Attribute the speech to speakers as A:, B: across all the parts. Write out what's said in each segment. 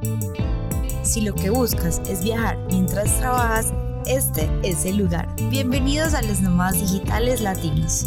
A: Si lo que buscas es viajar mientras trabajas, este es el lugar. Bienvenidos a los Nómadas Digitales Latinos.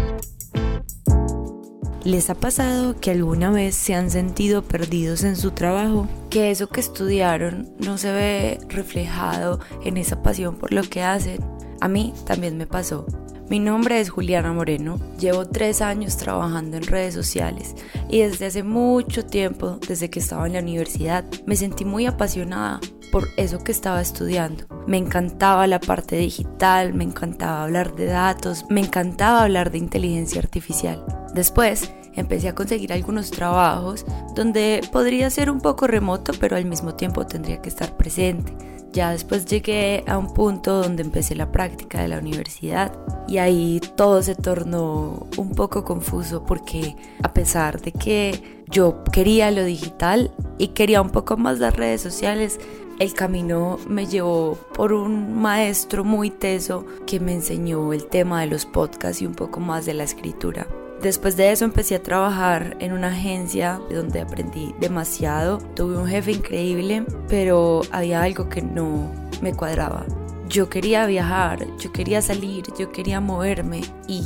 A: ¿Les ha pasado que alguna vez se han sentido perdidos en su trabajo? Que eso que estudiaron no se ve reflejado en esa pasión por lo que hacen. A mí también me pasó. Mi nombre es Juliana Moreno, llevo 3 años trabajando en redes sociales y desde hace mucho tiempo, desde que estaba en la universidad, me sentí muy apasionada por eso que estaba estudiando. Me encantaba la parte digital, me encantaba hablar de datos, me encantaba hablar de inteligencia artificial. Después empecé a conseguir algunos trabajos donde podría ser un poco remoto, pero al mismo tiempo tendría que estar presente. Ya después llegué a un punto donde empecé la práctica de la universidad y ahí todo se tornó un poco confuso porque a pesar de que yo quería lo digital y quería un poco más las redes sociales, el camino me llevó por un maestro muy teso que me enseñó el tema de los podcasts y un poco más de la escritura. Después de eso empecé a trabajar en una agencia donde aprendí demasiado. Tuve un jefe increíble, pero había algo que no me cuadraba. Yo quería viajar, yo quería salir, yo quería moverme y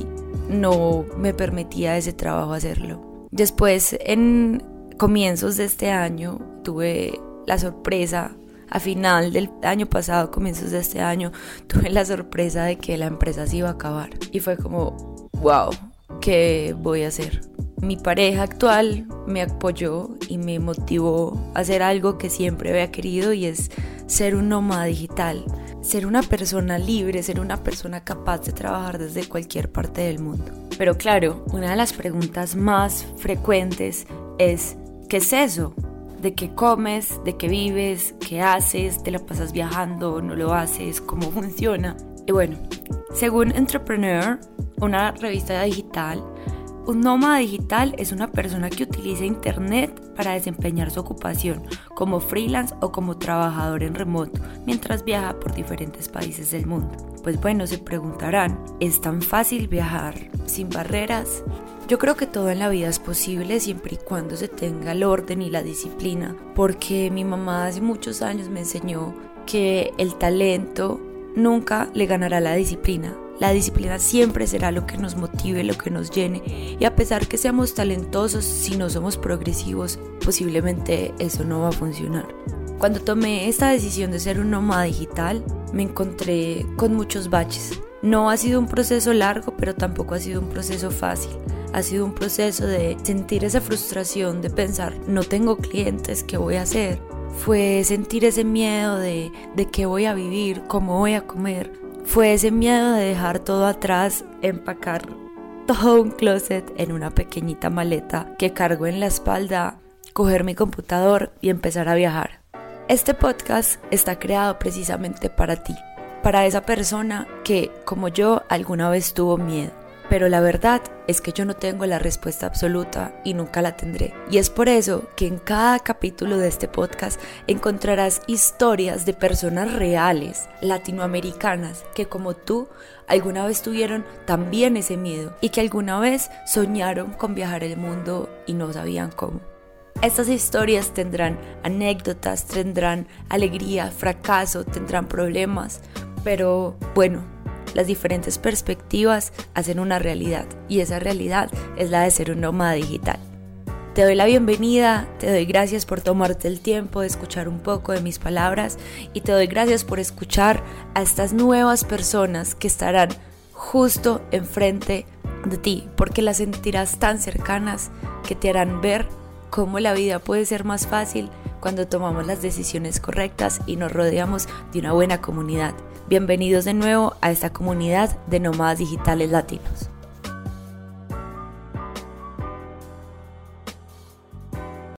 A: no me permitía ese trabajo hacerlo. Después, en comienzos de este año, tuve la sorpresa. A final del año pasado, comienzos de este año, tuve la sorpresa de que la empresa se iba a acabar. Y fue como, wow. ¿Qué voy a hacer? Mi pareja actual me apoyó y me motivó a hacer algo que siempre había querido y es ser un nómada digital, ser una persona libre, ser una persona capaz de trabajar desde cualquier parte del mundo. Pero claro, una de las preguntas más frecuentes es ¿qué es eso? ¿De qué comes? ¿De qué vives? ¿Qué haces? ¿Te la pasas viajando? ¿No lo haces? ¿Cómo funciona? Y bueno, según Entrepreneur, una revista digital, un nómada digital es una persona que utiliza internet para desempeñar su ocupación como freelance o como trabajador en remoto mientras viaja por diferentes países del mundo. Pues bueno, se preguntarán, ¿es tan fácil viajar sin barreras? Yo creo que todo en la vida es posible siempre y cuando se tenga el orden y la disciplina, porque mi mamá hace muchos años me enseñó que el talento nunca le ganará la disciplina. La disciplina siempre será lo que nos motive, lo que nos llene, y a pesar que seamos talentosos, si no somos progresivos, posiblemente eso no va a funcionar. Cuando tomé esta decisión de ser un nómada digital, me encontré con muchos baches. No ha sido un proceso largo, pero tampoco ha sido un proceso fácil. Ha sido un proceso de sentir esa frustración, de pensar, no tengo clientes, ¿qué voy a hacer? Fue sentir ese miedo de qué voy a vivir, cómo voy a comer. Fue ese miedo de dejar todo atrás, empacar todo un closet en una pequeñita maleta que cargo en la espalda, coger mi computador y empezar a viajar. Este podcast está creado precisamente para ti, para esa persona que, como yo, alguna vez tuvo miedo. Pero la verdad es que yo no tengo la respuesta absoluta y nunca la tendré. Y es por eso que en cada capítulo de este podcast encontrarás historias de personas reales, latinoamericanas, que como tú alguna vez tuvieron también ese miedo y que alguna vez soñaron con viajar el mundo y no sabían cómo. Estas historias tendrán anécdotas, tendrán alegría, fracaso, tendrán problemas, pero bueno, las diferentes perspectivas hacen una realidad y esa realidad es la de ser un nómada digital. Te doy la bienvenida, te doy gracias por tomarte el tiempo de escuchar un poco de mis palabras y te doy gracias por escuchar a estas nuevas personas que estarán justo enfrente de ti, porque las sentirás tan cercanas que te harán ver cómo la vida puede ser más fácil cuando tomamos las decisiones correctas y nos rodeamos de una buena comunidad. Bienvenidos de nuevo a esta comunidad de nómadas digitales latinos.